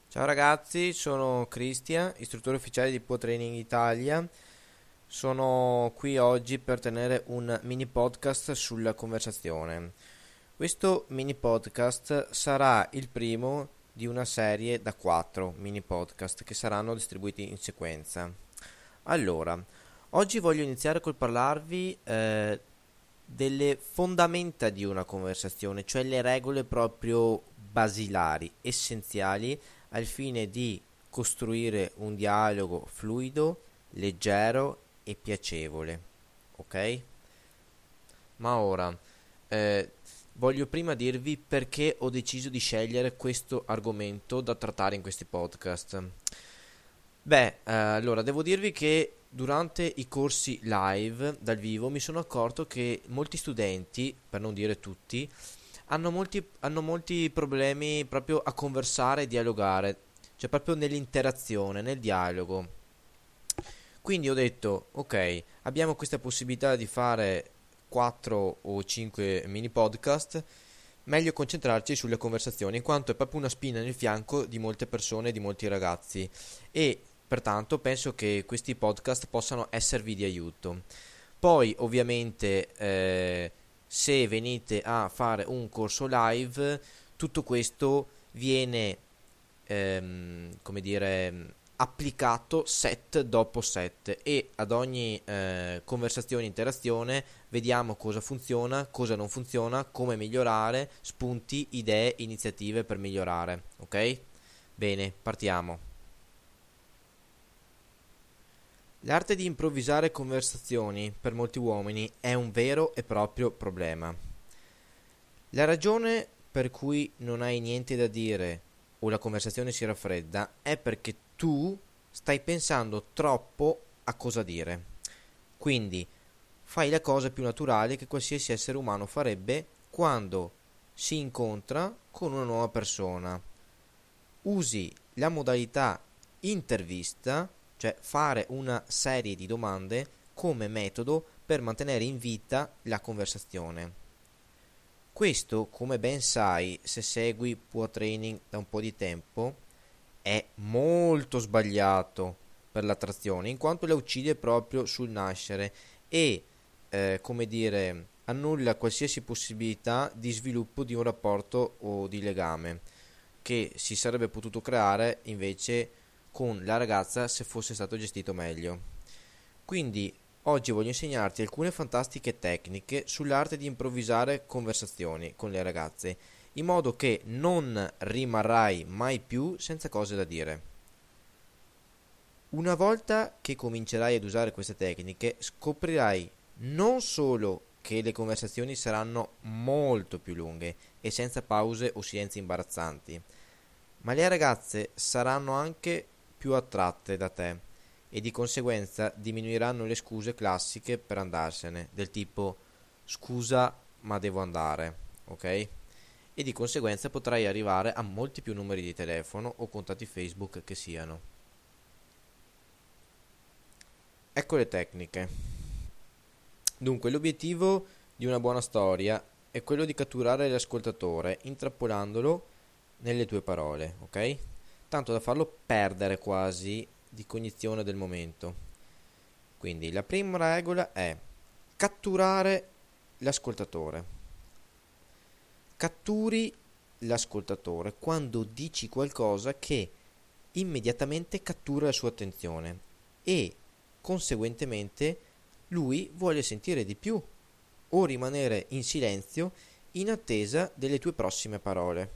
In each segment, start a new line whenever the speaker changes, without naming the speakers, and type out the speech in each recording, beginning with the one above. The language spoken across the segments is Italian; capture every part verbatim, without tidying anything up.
Ciao ragazzi, sono Cristian, istruttore ufficiale di P O Training Italia. Sono qui oggi per tenere un mini podcast sulla conversazione. Questo mini podcast sarà il primo di una serie da quattro mini podcast che saranno distribuiti in sequenza. Allora, oggi voglio iniziare col parlarvi eh, delle fondamenta di una conversazione, cioè le regole proprio basilari, essenziali al fine di costruire un dialogo fluido, leggero e piacevole. Ok? Ma ora eh, voglio prima dirvi perché ho deciso di scegliere questo argomento da trattare in questi podcast. Beh, eh, allora devo dirvi che durante i corsi live dal vivo mi sono accorto che molti studenti, per non dire tutti, hanno molti, hanno molti problemi proprio a conversare e dialogare, cioè proprio nell'interazione, nel dialogo. Quindi ho detto, ok, abbiamo questa possibilità di fare quattro o cinque mini podcast, meglio concentrarci sulle conversazioni, in quanto è proprio una spina nel fianco di molte persone, di molti ragazzi, e pertanto penso che questi podcast possano esservi di aiuto. Poi, ovviamente, eh, se venite a fare un corso live, tutto questo viene, ehm, come dire, applicato set dopo set e ad ogni eh, conversazione, interazione, vediamo cosa funziona, cosa non funziona, come migliorare, spunti, idee, iniziative per migliorare. Ok? Bene, partiamo. L'arte di improvvisare conversazioni per molti uomini è un vero e proprio problema. La ragione per cui non hai niente da dire o la conversazione si raffredda è perché tu stai pensando troppo a cosa dire. Quindi fai la cosa più naturale che qualsiasi essere umano farebbe quando si incontra con una nuova persona. Usi la modalità intervista, cioè fare una serie di domande come metodo per mantenere in vita la conversazione. Questo, come ben sai, se segui P O Training da un po' di tempo, è molto sbagliato per l'attrazione, in quanto la uccide proprio sul nascere e, eh, come dire, annulla qualsiasi possibilità di sviluppo di un rapporto o di legame che si sarebbe potuto creare invece con la ragazza se fosse stato gestito meglio. Quindi oggi voglio insegnarti alcune fantastiche tecniche sull'arte di improvvisare conversazioni con le ragazze, in modo che non rimarrai mai più senza cose da dire. Una volta che comincerai ad usare queste tecniche, scoprirai non solo che le conversazioni saranno molto più lunghe e senza pause o silenzi imbarazzanti, ma le ragazze saranno anche più attratte da te e di conseguenza diminuiranno le scuse classiche per andarsene, del tipo scusa ma devo andare, ok? E di conseguenza potrai arrivare a molti più numeri di telefono o contatti Facebook che siano. Ecco le tecniche. Dunque, l'obiettivo di una buona storia è quello di catturare l'ascoltatore intrappolandolo nelle tue parole, ok? Tanto da farlo perdere quasi di cognizione del momento. Quindi la prima regola è catturare l'ascoltatore. Catturi l'ascoltatore quando dici qualcosa che immediatamente cattura la sua attenzione e conseguentemente lui vuole sentire di più o rimanere in silenzio in attesa delle tue prossime parole.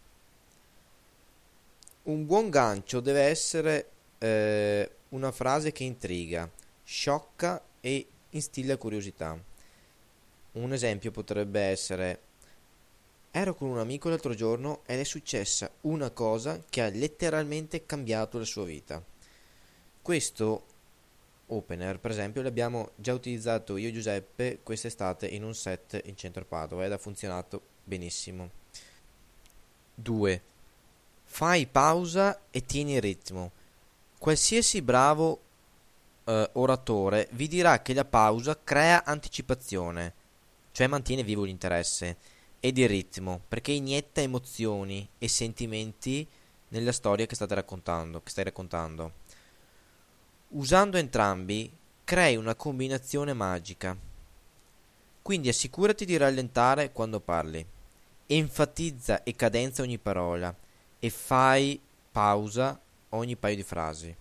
Un buon gancio deve essere eh, una frase che intriga, sciocca e instilla curiosità. Un esempio potrebbe essere: ero con un amico l'altro giorno ed è successa una cosa che ha letteralmente cambiato la sua vita. Questo opener, per esempio, l'abbiamo già utilizzato io e Giuseppe quest'estate in un set in centro a Padova ed ha funzionato benissimo. due. Fai pausa e tieni il ritmo. Qualsiasi bravo eh, oratore vi dirà che la pausa crea anticipazione, cioè mantiene vivo l'interesse, ed il ritmo, perché inietta emozioni e sentimenti nella storia che state raccontando, che stai raccontando. Usando entrambi, crei una combinazione magica. Quindi assicurati di rallentare quando parli. Enfatizza e cadenza ogni parola e fai pausa ogni paio di frasi.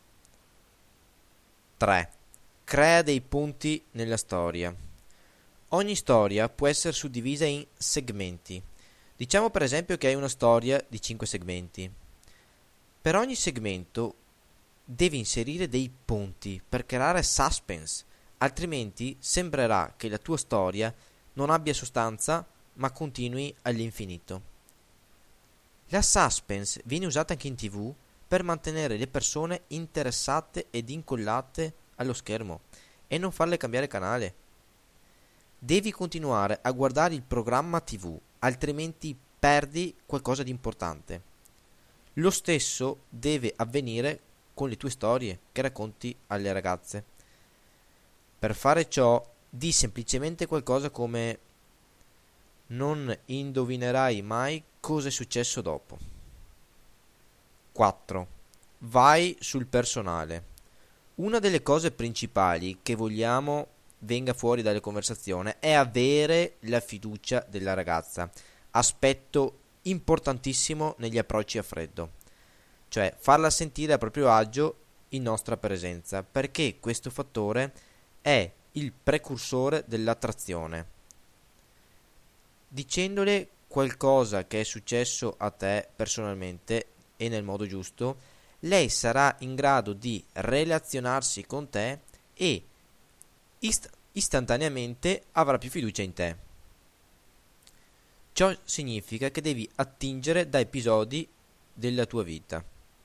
tre. Crea dei punti nella storia. Ogni storia può essere suddivisa in segmenti. Diciamo per esempio che hai una storia di cinque segmenti. Per ogni segmento devi inserire dei punti per creare suspense, altrimenti sembrerà che la tua storia non abbia sostanza ma continui all'infinito. La suspense viene usata anche in tivù per mantenere le persone interessate ed incollate allo schermo e non farle cambiare canale. Devi continuare a guardare il programma tivù, altrimenti perdi qualcosa di importante. Lo stesso deve avvenire con le tue storie che racconti alle ragazze. Per fare ciò, di semplicemente qualcosa come: non indovinerai mai cosa è successo dopo. quattro. Vai sul personale. Una delle cose principali che vogliamo venga fuori dalle conversazioni è avere la fiducia della ragazza, aspetto importantissimo negli approcci a freddo, cioè farla sentire a proprio agio in nostra presenza, perché questo fattore è il precursore dell'attrazione. Dicendole qualcosa che è successo a te personalmente e nel modo giusto, lei sarà in grado di relazionarsi con te e ist- istantaneamente avrà più fiducia in te. Ciò significa che devi attingere da episodi della tua vita.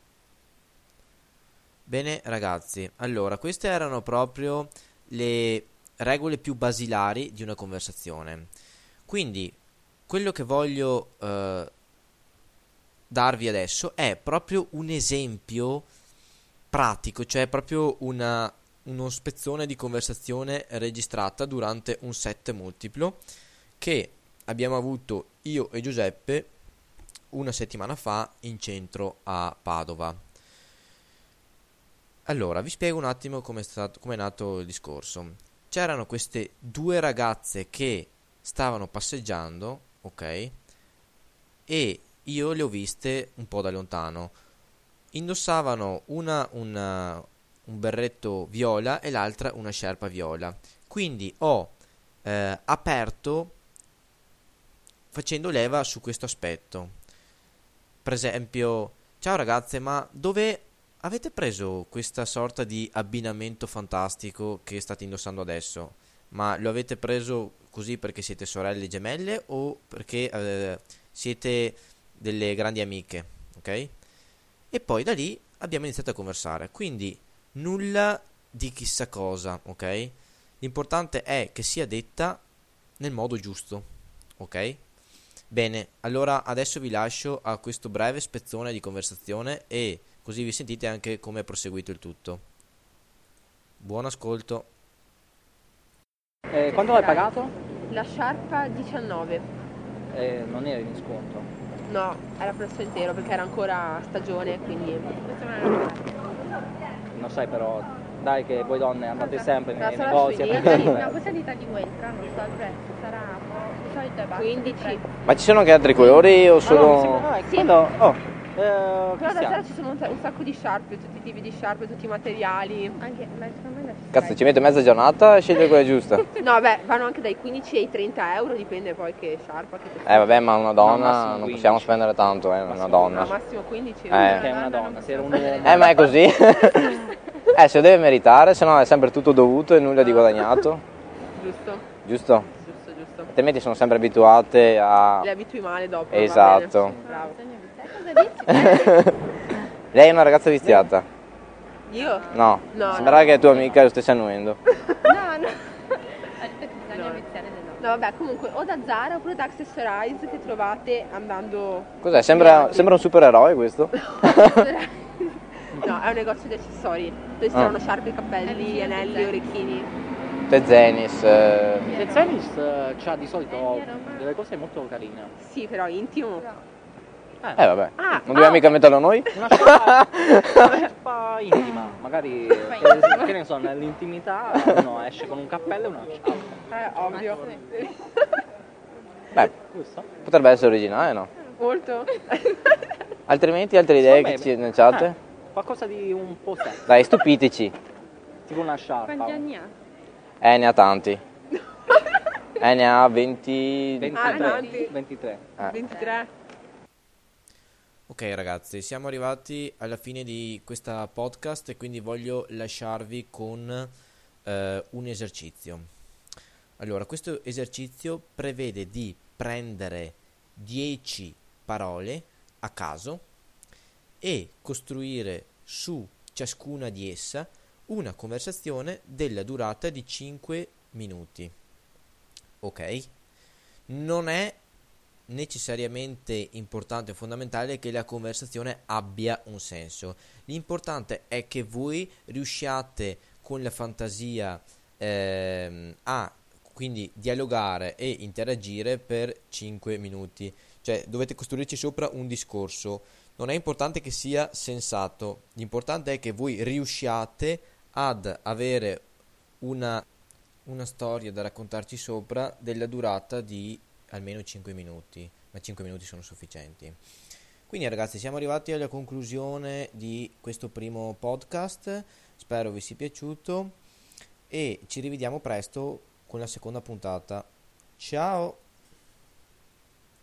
Bene ragazzi, allora queste erano proprio le regole più basilari di una conversazione. Quindi quello che voglio eh, darvi adesso è proprio un esempio pratico, cioè proprio una, uno spezzone di conversazione registrata durante un set multiplo che abbiamo avuto io e Giuseppe una settimana fa in centro a Padova. Allora, vi spiego un attimo come è stato, come è nato il discorso. C'erano queste due ragazze che stavano passeggiando, ok? E io le ho viste un po' da lontano. Indossavano una, una un berretto viola e l'altra una sciarpa viola. Quindi ho eh, aperto facendo leva su questo aspetto. Per esempio, ciao ragazze, ma dove avete preso questa sorta di abbinamento fantastico che state indossando adesso? Ma lo avete preso così perché siete sorelle gemelle o perché eh, siete delle grandi amiche, ok? E poi da lì abbiamo iniziato a conversare, quindi nulla di chissà cosa, ok? L'importante è che sia detta nel modo giusto, ok? Bene, allora adesso vi lascio a questo breve spezzone di conversazione e così vi sentite anche come è proseguito il tutto. Buon ascolto.
Eh, quanto l'hai pagato?
La sciarpa diciannove.
Eh, non era in sconto.
No, era prezzo intero perché era ancora stagione, quindi
Non sai però, dai che voi donne andate sempre
Ma
nei
sarà
negozi a
finita.
prendere
Una
il
cosa di di Wentra, non so il prezzo, sarà di solito è basso.
quindici.
Ma ci sono anche altri colori o
Ah, no, mi
solo...
sembra- ah,
Sì.
quello- oh, eh,
Però da
Cristiano.
sera ci sono un, un sacco di sciarpe, tutti i tipi di sciarpe, tutti i materiali.
Anche, ma secondo me la ci
Cazzo,
stai.
ci mette mezza giornata a scegliere quella giusta.
No, beh, vanno anche dai quindici ai trenta euro, dipende poi che sciarpa che ti
Eh vabbè, ma una
No,
donna
massimo
non
quindici.
possiamo spendere tanto, eh, una
Massimo
donna.
No, massimo quindici.
Eh.
Che è una donna, se era un uomo.
Eh, ma è così. Eh, se lo deve meritare, se no è sempre tutto dovuto e nulla di guadagnato.
Giusto,
Giusto?
giusto, giusto.
Altrimenti sono sempre abituate a...
Le abitui male dopo. va
Esatto.
bene. Bravo.
Cosa dici?
Lei è una ragazza viziata?
Io?
No.
No,
Sembrava
no.
che tua amica lo stesse annuendo.
No, no. Ha detto che bisogna
No.
viziare le donne.
No, vabbè, comunque o da Zara oppure da Accessorize che trovate andando...
Cos'è? Sembra, sembra un supereroe questo?
No, è un negozio di accessori. Dove si
Ah.
trovano sciarpe, cappelli, anelli, orecchini.
Te Zenis. eh,
Il Zenis eh, c'ha di solito delle cose molto carine.
Sì, però intimo.
Eh vabbè,
Ah,
non dobbiamo
ah,
mica metterlo noi?
Una sciarpa, una sciarpa intima, magari
Sciarpa
che,
intima.
che ne so, nell'intimità uno esce con un cappello e una sciarpa.
Eh, ovvio.
Beh,
Giusto?
potrebbe essere originale, no?
Molto.
Altrimenti altre idee
Secondo
che
me-
ci nel chat?
eh, qualcosa di un po' sesso,
Dai, stupiteci.
tipo una sciarpa.
Quanti anni ha?
Eh, ne ha tanti. Eh, ne ha venti...
Ah,
ventitré.
tanti.
ventitré.
Eh.
ventitré.
Ok ragazzi, siamo arrivati alla fine di questa podcast e quindi voglio lasciarvi con eh, un esercizio. Allora, questo esercizio prevede di prendere dieci parole a caso e costruire su ciascuna di essa una conversazione della durata di cinque minuti. Ok? Non è necessariamente importante o fondamentale che la conversazione abbia un senso. L'importante è che voi riusciate con la fantasia ehm, a quindi dialogare e interagire per cinque minuti. Cioè dovete costruirci sopra un discorso. Non è importante che sia sensato, l'importante è che voi riusciate ad avere una, una storia da raccontarci sopra della durata di almeno cinque minuti, ma cinque minuti sono sufficienti. Quindi ragazzi, siamo arrivati alla conclusione di questo primo podcast, spero vi sia piaciuto e ci rivediamo presto con la seconda puntata. Ciao!